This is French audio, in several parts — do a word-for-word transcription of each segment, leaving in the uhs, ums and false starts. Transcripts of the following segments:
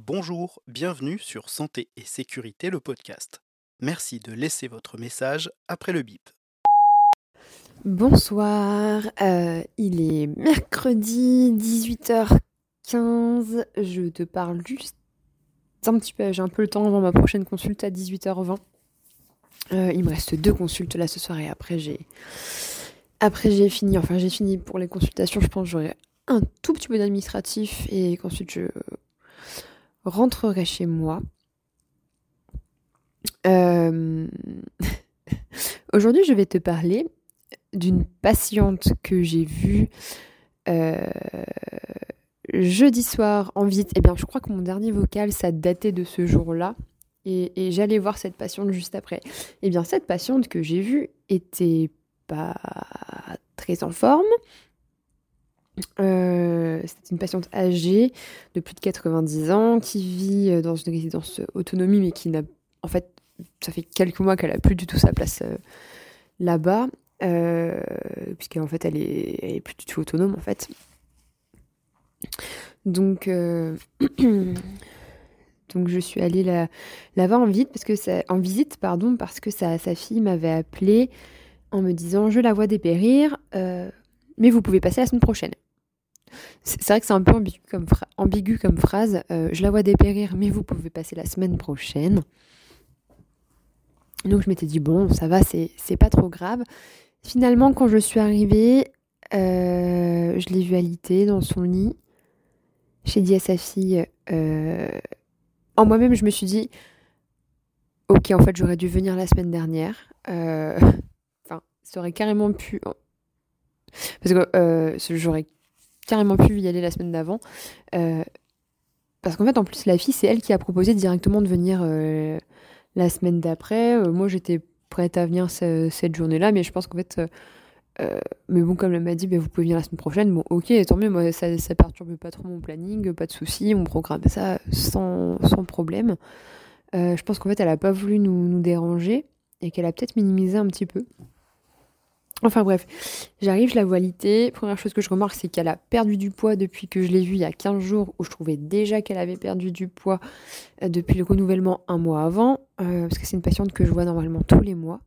Bonjour, bienvenue sur Santé et Sécurité, le podcast. Merci de laisser votre message après le bip. Bonsoir, euh, il est mercredi dix-huit heures quinze, je te parle juste un petit peu, j'ai un peu le temps avant ma prochaine consulte à dix-huit heures vingt. Euh, il me reste deux consultes là ce soir et après j'ai après j'ai fini, enfin j'ai fini pour les consultations, je pense que j'aurai un tout petit peu d'administratif et qu'ensuite je rentrerai chez moi. Euh... Aujourd'hui je vais te parler d'une patiente que j'ai vue euh, jeudi soir en visite. Eh bien, je crois que mon dernier vocal, ça datait de ce jour-là. Et, et j'allais voir cette patiente juste après. Eh bien, cette patiente que j'ai vue était pas très en forme. Euh, C'était une patiente âgée de plus de quatre-vingt-dix ans qui vit dans une résidence autonomie, mais qui n'a... En fait, ça fait quelques mois qu'elle a plus du tout sa place euh, là-bas. Euh, puisqu'en fait elle est, elle est plus du tout autonome en fait. Donc, euh, donc je suis allée la, la voir en visite parce que ça, en visite pardon parce que sa, sa fille m'avait appelée en me disant je la vois dépérir, euh, mais vous pouvez passer la semaine prochaine. C'est, c'est vrai que c'est un peu ambigu comme, fra- ambigu comme phrase. Euh, je la vois dépérir, mais vous pouvez passer la semaine prochaine. Donc je m'étais dit bon ça va, c'est, c'est pas trop grave. Finalement, quand je suis arrivée, euh, je l'ai vue alitée dans son lit. J'ai dit à sa fille... Euh... En moi-même, je me suis dit... Ok, en fait, j'aurais dû venir la semaine dernière. Euh... Enfin, ça aurait carrément pu... Parce que euh, j'aurais carrément pu y aller la semaine d'avant. Euh... Parce qu'en fait, en plus, la fille, c'est elle qui a proposé directement de venir euh, la semaine d'après. Euh, moi, j'étais prête à venir ce, cette journée-là, mais je pense qu'en fait... Euh, Euh, mais bon, comme elle m'a dit, bah, vous pouvez venir la semaine prochaine. Bon, ok, tant mieux, moi, ça, ça perturbe pas trop mon planning, pas de soucis, on programme ça sans, sans problème. Euh, je pense qu'en fait, elle a pas voulu nous, nous déranger et qu'elle a peut-être minimisé un petit peu. Enfin bref, j'arrive, je la vois alitée. Première chose que je remarque, c'est qu'elle a perdu du poids depuis que je l'ai vue il y a quinze jours, où je trouvais déjà qu'elle avait perdu du poids euh, depuis le renouvellement un mois avant, euh, parce que c'est une patiente que je vois normalement tous les mois.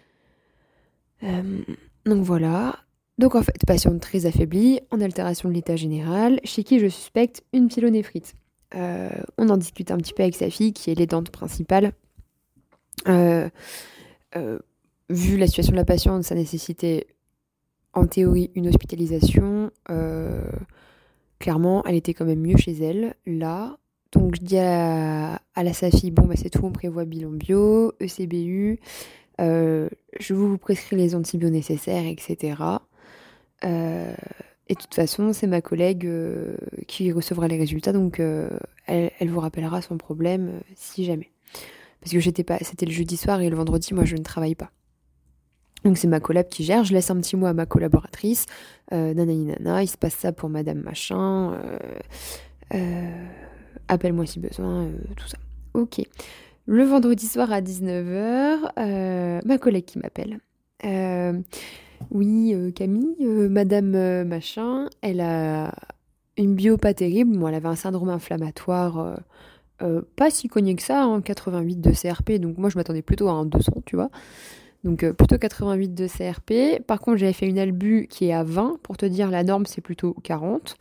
Euh, donc voilà. Donc en fait, patiente très affaiblie, en altération de l'état général, chez qui je suspecte une pyélonéphrite. Euh, on en discute un petit peu avec sa fille, qui est l'aidante principale. Euh, euh, vu la situation de la patiente, ça nécessitait en théorie une hospitalisation. Euh, clairement, elle était quand même mieux chez elle, là. Donc je dis à, à la sa fille, bon bah c'est tout, on prévoit bilan bio, E C B U, euh, je vous prescris les antibiotiques nécessaires, et cetera. Euh, et de toute façon, c'est ma collègue euh, qui recevra les résultats, donc euh, elle, elle vous rappellera sans problème euh, si jamais. Parce que j'étais pas, c'était le jeudi soir et le vendredi, moi je ne travaille pas. Donc c'est ma collab qui gère, je laisse un petit mot à ma collaboratrice, euh, nanani nana, il se passe ça pour madame machin, euh, euh, appelle-moi si besoin, euh, tout ça. Ok. Le vendredi soir à dix-neuf heures, euh, ma collègue qui m'appelle. Euh, oui, euh, Camille, euh, madame euh, machin, elle a une bio pas terrible. Bon, elle avait un syndrome inflammatoire euh, euh, pas si cogné que ça, hein, quatre-vingt-huit de C R P. Donc moi, je m'attendais plutôt à un deux cents, tu vois. Donc euh, plutôt quatre-vingt-huit de C R P. Par contre, j'avais fait une albu qui est à vingt. Pour te dire, la norme, c'est plutôt quarante.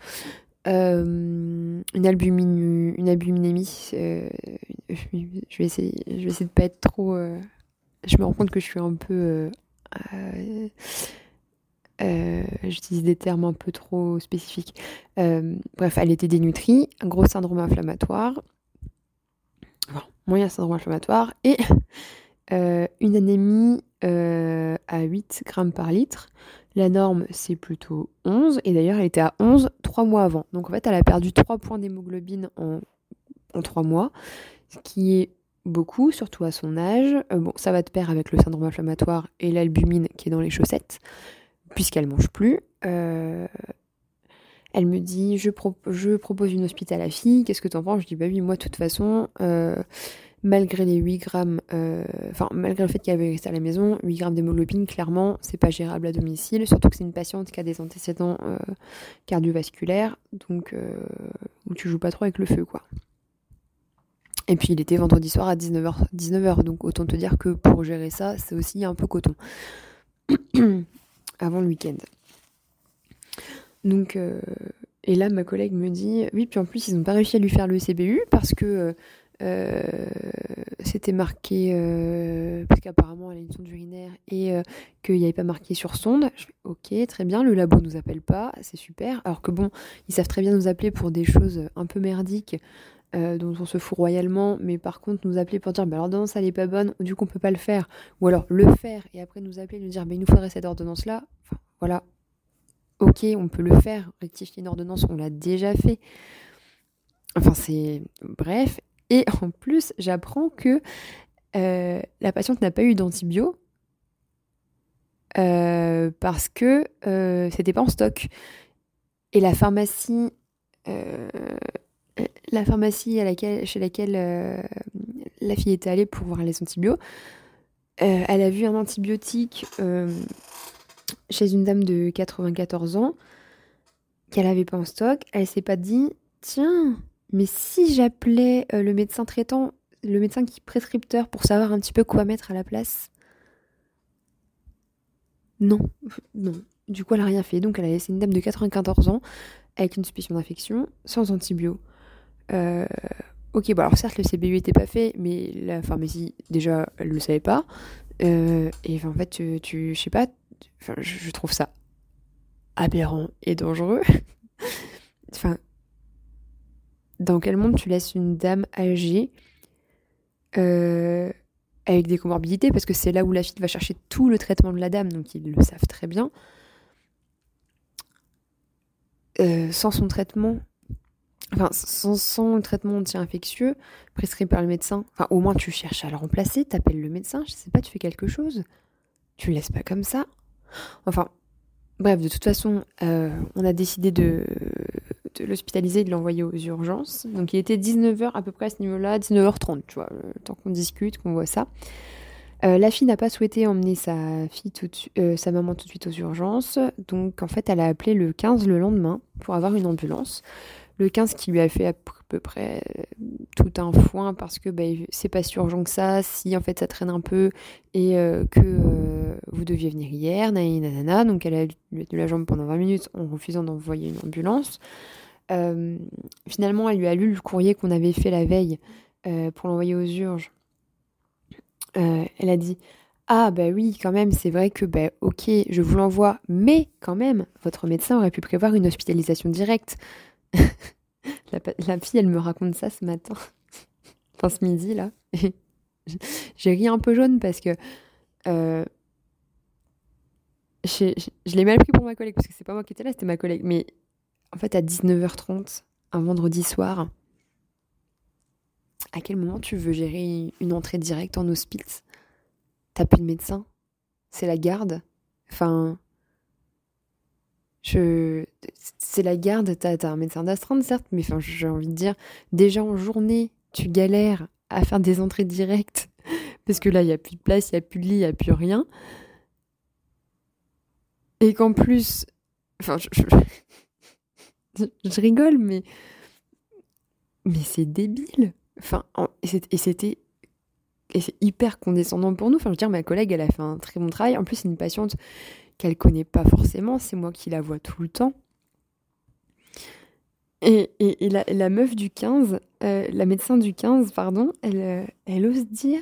Euh, une, albumine, une albuminémie. Euh, je vais essayer, je vais essayer de pas être trop... euh, je me rends compte que je suis un peu... Euh, euh, euh, j'utilise des termes un peu trop spécifiques. Euh, bref, elle était dénutrie, un gros syndrome inflammatoire, enfin, moyen syndrome inflammatoire, et euh, une anémie euh, à huit grammes par litre. La norme, c'est plutôt onze, et d'ailleurs, elle était à onze trois mois avant. Donc en fait, elle a perdu trois points d'hémoglobine en, en trois mois, ce qui est beaucoup, surtout à son âge. Euh, bon, ça va de pair avec le syndrome inflammatoire et l'albumine qui est dans les chaussettes, puisqu'elle mange plus. Euh, elle me dit, je, pro- je propose une hospitale à la fille, qu'est-ce que t'en penses? Je dis, bah oui, moi, de toute façon, euh, malgré les huit grammes, enfin, euh, malgré le fait qu'elle avait resté à la maison, huit grammes d'hémoglobine, clairement, c'est pas gérable à domicile, surtout que c'est une patiente qui a des antécédents euh, cardiovasculaires, donc, euh, où tu joues pas trop avec le feu, quoi. Et puis il était vendredi soir à dix-neuf heures, dix-neuf heures, donc autant te dire que pour gérer ça, c'est aussi un peu coton. Avant le week-end. Donc, euh, et là, ma collègue me dit, oui, puis en plus, ils n'ont pas réussi à lui faire le C B U parce que euh, c'était marqué, euh, parce qu'apparemment, elle a une sonde urinaire et euh, qu'il n'y avait pas marqué sur sonde. Je fais, ok, très bien, le labo nous appelle pas, c'est super. Alors que bon, ils savent très bien nous appeler pour des choses un peu merdiques, euh, dont on se fout royalement, mais par contre, nous appeler pour dire, bah, l'ordonnance, elle est pas bonne, du coup, on peut pas le faire. Ou alors le faire et après nous appeler et nous dire, bah, il nous faudrait cette ordonnance-là. Enfin, voilà. Ok, on peut le faire, rectifier une ordonnance, on l'a déjà fait. Enfin, c'est... Bref. Et en plus, j'apprends que euh, la patiente n'a pas eu d'antibio euh, parce que euh, c'était pas en stock. Et la pharmacie, euh, la pharmacie à laquelle, chez laquelle euh, la fille était allée pour voir les antibiotiques, euh, elle a vu un antibiotique euh, chez une dame de quatre-vingt-quatorze ans qu'elle avait pas en stock. Elle s'est pas dit, tiens, mais si j'appelais euh, le médecin traitant, le médecin qui est prescripteur pour savoir un petit peu quoi mettre à la place. Non, non. Du coup, elle a rien fait. Donc, elle a laissé une dame de quatre-vingt-quatorze ans avec une suspicion d'infection, sans antibio. Euh, ok, bon alors certes, le C B U était pas fait, mais la pharmacie, déjà, elle le savait pas. Euh, et enfin, en fait, tu, tu je sais pas, enfin, je, je trouve ça aberrant et dangereux. Enfin, dans quel monde tu laisses une dame âgée euh, avec des comorbidités, parce que c'est là où la fille va chercher tout le traitement de la dame, donc ils le savent très bien, euh, sans son traitement, enfin sans, sans le traitement anti-infectieux prescrit par le médecin, enfin au moins tu cherches à le remplacer, t'appelles le médecin, je sais pas, tu fais quelque chose, tu le laisses pas comme ça. Enfin, bref, de toute façon, euh, on a décidé de, de l'hospitaliser et de l'envoyer aux urgences. Donc il était dix-neuf heures à peu près à ce niveau-là, dix-neuf heures trente, tu vois, le temps qu'on discute, qu'on voit ça. Euh, la fille n'a pas souhaité emmener sa, fille tout de su- euh, sa maman tout de suite aux urgences, donc en fait elle a appelé le quinze le lendemain pour avoir une ambulance. Le quinze qui lui a fait à peu près euh, tout un foin parce que bah, c'est pas si urgent que ça, si en fait ça traîne un peu et euh, que euh, vous deviez venir hier, nanana, donc elle a lui tenu la jambe pendant vingt minutes en refusant d'envoyer une ambulance. Euh, finalement elle lui a lu le courrier qu'on avait fait la veille euh, pour l'envoyer aux urgences. Euh, elle a dit ah bah oui quand même c'est vrai que bah ok je vous l'envoie mais quand même votre médecin aurait pu prévoir une hospitalisation directe. la, la fille elle me raconte ça ce matin, enfin ce midi là. J'ai ri un peu jaune parce que euh, j'ai- j'ai- je l'ai mal pris pour ma collègue parce que c'est pas moi qui étais là, c'était ma collègue, mais en fait à dix-neuf heures trente un vendredi soir, à quel moment tu veux gérer une entrée directe en hospice? T'as plus de médecin, c'est la garde, enfin je c'est la garde, t'as, t'as un médecin d'astreinte certes, mais enfin j'ai envie de dire déjà en journée tu galères à faire des entrées directes parce que là il y a plus de place, il y a plus de lit, il y a plus rien, et qu'en plus enfin je, je, je rigole mais mais c'est débile, enfin en- et, c'est- et c'était et c'est hyper condescendant pour nous, enfin je veux dire ma collègue elle a fait un très bon travail, en plus c'est une patiente qu'elle connaît pas forcément, c'est moi qui la vois tout le temps. Et, et, et la, la meuf du quinze, euh, la médecin du quinze, pardon, elle, euh, elle ose dire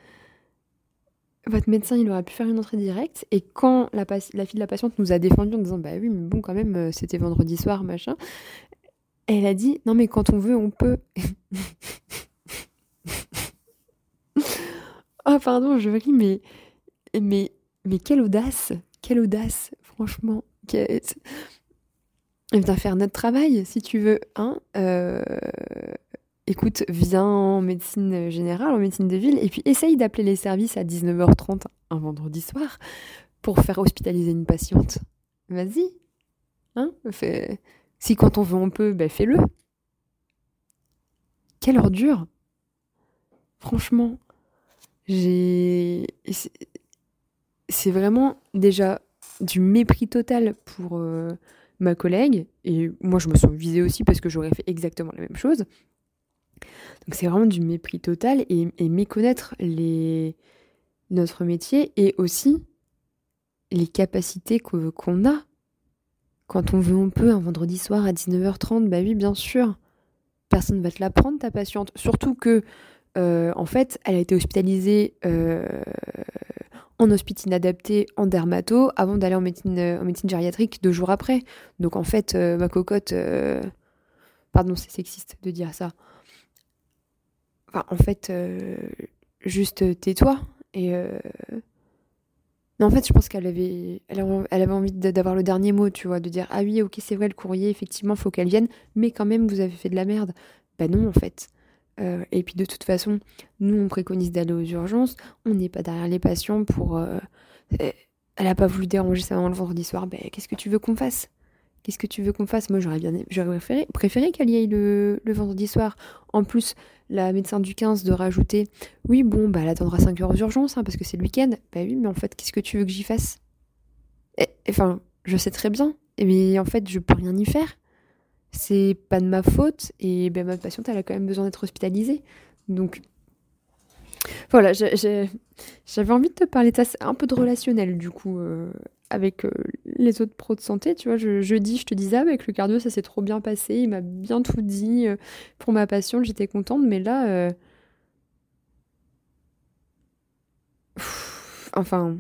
votre médecin il aurait pu faire une entrée directe. Et quand la, pas- la fille de la patiente nous a défendu en disant bah oui, mais bon, quand même, euh, c'était vendredi soir, machin, elle a dit non, mais quand on veut, on peut. Oh, pardon, je ris, mais, mais, mais quelle audace, quelle audace, franchement. Que- Elle vient faire notre travail, si tu veux, hein. Euh, écoute, viens en médecine générale, en médecine de ville, et puis essaye d'appeler les services à dix-neuf heures trente un vendredi soir pour faire hospitaliser une patiente. Vas-y, hein. Fais... Si quand on veut on peut, ben fais-le. Quelle ordure. Franchement, j'ai... C'est, c'est vraiment déjà du mépris total pour euh, ma collègue, et moi je me sens visée aussi parce que j'aurais fait exactement la même chose. Donc c'est vraiment du mépris total et, et méconnaître les, notre métier et aussi les capacités que, qu'on a. Quand on veut, on peut, un vendredi soir à dix-neuf heures trente, bah oui, bien sûr. Personne ne va te la prendre, ta patiente. Surtout que, euh, en fait, elle a été hospitalisée euh, en hospice inadapté, en dermato, avant d'aller en médecine, en médecine gériatrique deux jours après. Donc en fait, euh, ma cocotte... Euh, pardon, c'est sexiste de dire ça. Enfin, en fait, euh, juste tais-toi. Et... Euh, Non, en fait, je pense qu'elle avait, elle avait elle avait envie de- d'avoir le dernier mot, tu vois, de dire ah oui, ok, c'est vrai, le courrier, effectivement, faut qu'elle vienne, mais quand même, vous avez fait de la merde. Bah non, en fait. Euh, et puis de toute façon, nous, on préconise d'aller aux urgences, on n'est pas derrière les patients pour. euh, euh, Elle a pas voulu déranger ça avant le vendredi soir, bah qu'est-ce que tu veux qu'on fasse? Qu'est-ce que tu veux qu'on fasse? Moi, j'aurais bien, j'aurais préféré, préféré qu'elle y aille le, le vendredi soir. En plus, la médecin du quinze de rajouter, oui, bon, bah, elle attendra cinq heures aux urgences, hein, parce que c'est le week-end. Bah oui, mais en fait, qu'est-ce que tu veux que j'y fasse? Et- Enfin, je sais très bien, mais en fait, je peux rien y faire. C'est pas de ma faute, et ben, ma patiente, elle a quand même besoin d'être hospitalisée. Donc, voilà, j'ai- j'ai- j'avais envie de te parler de ça. C'est un peu de relationnel, du coup, euh, avec euh, les autres pros de santé. Tu vois, je, jeudi, je te disais, ah, avec le cardio, ça s'est trop bien passé. Il m'a bien tout dit. euh, pour ma patiente, j'étais contente. Mais là, euh, pff, enfin,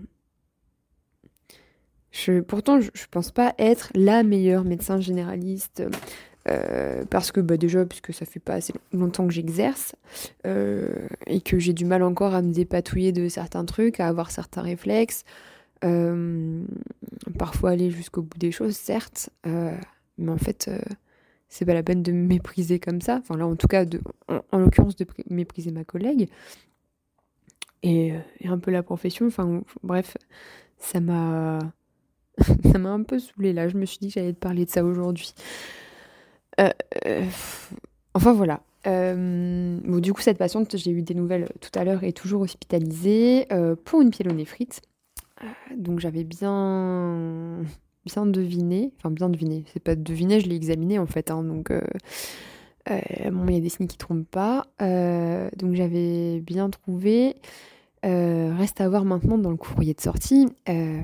je, pourtant, je, je pense pas être la meilleure médecin généraliste. euh, parce que, bah, déjà, puisque ça fait pas assez longtemps que j'exerce, euh, et que j'ai du mal encore à me dépatouiller de certains trucs, à avoir certains réflexes. Euh, Parfois aller jusqu'au bout des choses, certes, euh, mais en fait, euh, c'est pas la peine de me mépriser comme ça. Enfin, là, en tout cas, de, en, en l'occurrence, de pr- mépriser ma collègue et, euh, et un peu la profession. Enfin, bref, ça m'a, ça m'a un peu saoulée là. Je me suis dit que j'allais te parler de ça aujourd'hui. Euh, euh, enfin, voilà. Euh, bon, du coup, cette patiente, j'ai eu des nouvelles tout à l'heure, est toujours hospitalisée euh, pour une pyélonéphrite. Donc j'avais bien bien deviné, enfin bien deviné, c'est pas deviné, je l'ai examiné en fait, hein, donc euh, euh, bon, il y a des signes qui trompent pas, euh, donc j'avais bien trouvé. Euh, reste à voir maintenant dans le courrier de sortie, euh,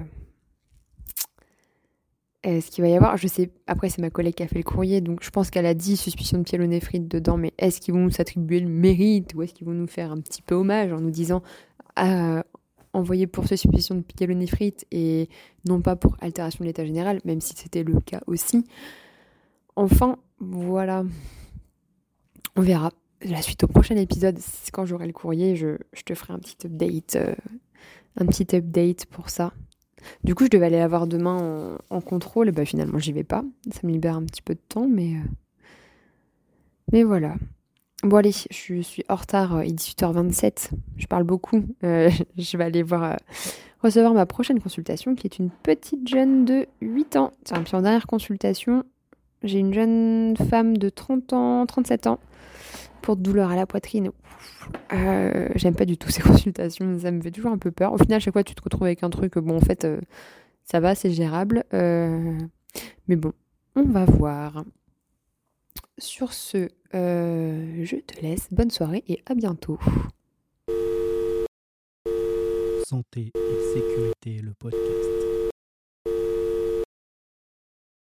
euh, ce qu'il va y avoir, je sais, après c'est ma collègue qui a fait le courrier, donc je pense qu'elle a dit suspicion de pyélonéphrite dedans, mais est-ce qu'ils vont nous attribuer le mérite ou est-ce qu'ils vont nous faire un petit peu hommage en nous disant ah, envoyé pour suspicion de pyélonéphrite et non pas pour altération de l'état général, même si c'était le cas aussi. Enfin, voilà. On verra. La suite au prochain épisode, c'est quand j'aurai le courrier, je, je te ferai un petit update. euh, un petit update pour ça. Du coup, je devais aller la voir demain en, en contrôle, et bah finalement, j'y vais pas. Ça me libère un petit peu de temps, mais, euh, mais voilà. Bon allez, je suis en retard, euh, il est dix-huit heures vingt-sept, je parle beaucoup. Euh, je vais aller voir, euh, recevoir ma prochaine consultation qui est une petite jeune de huit ans. Tiens, puis en dernière consultation, j'ai une jeune femme de trente ans, trente-sept ans pour douleur à la poitrine. Euh, j'aime pas du tout ces consultations, ça me fait toujours un peu peur. Au final, à chaque fois, tu te retrouves avec un truc, bon en fait, euh, ça va, c'est gérable. Euh, mais bon, on va voir. Sur ce, euh, je te laisse. Bonne soirée et à bientôt. Santé et sécurité, le podcast.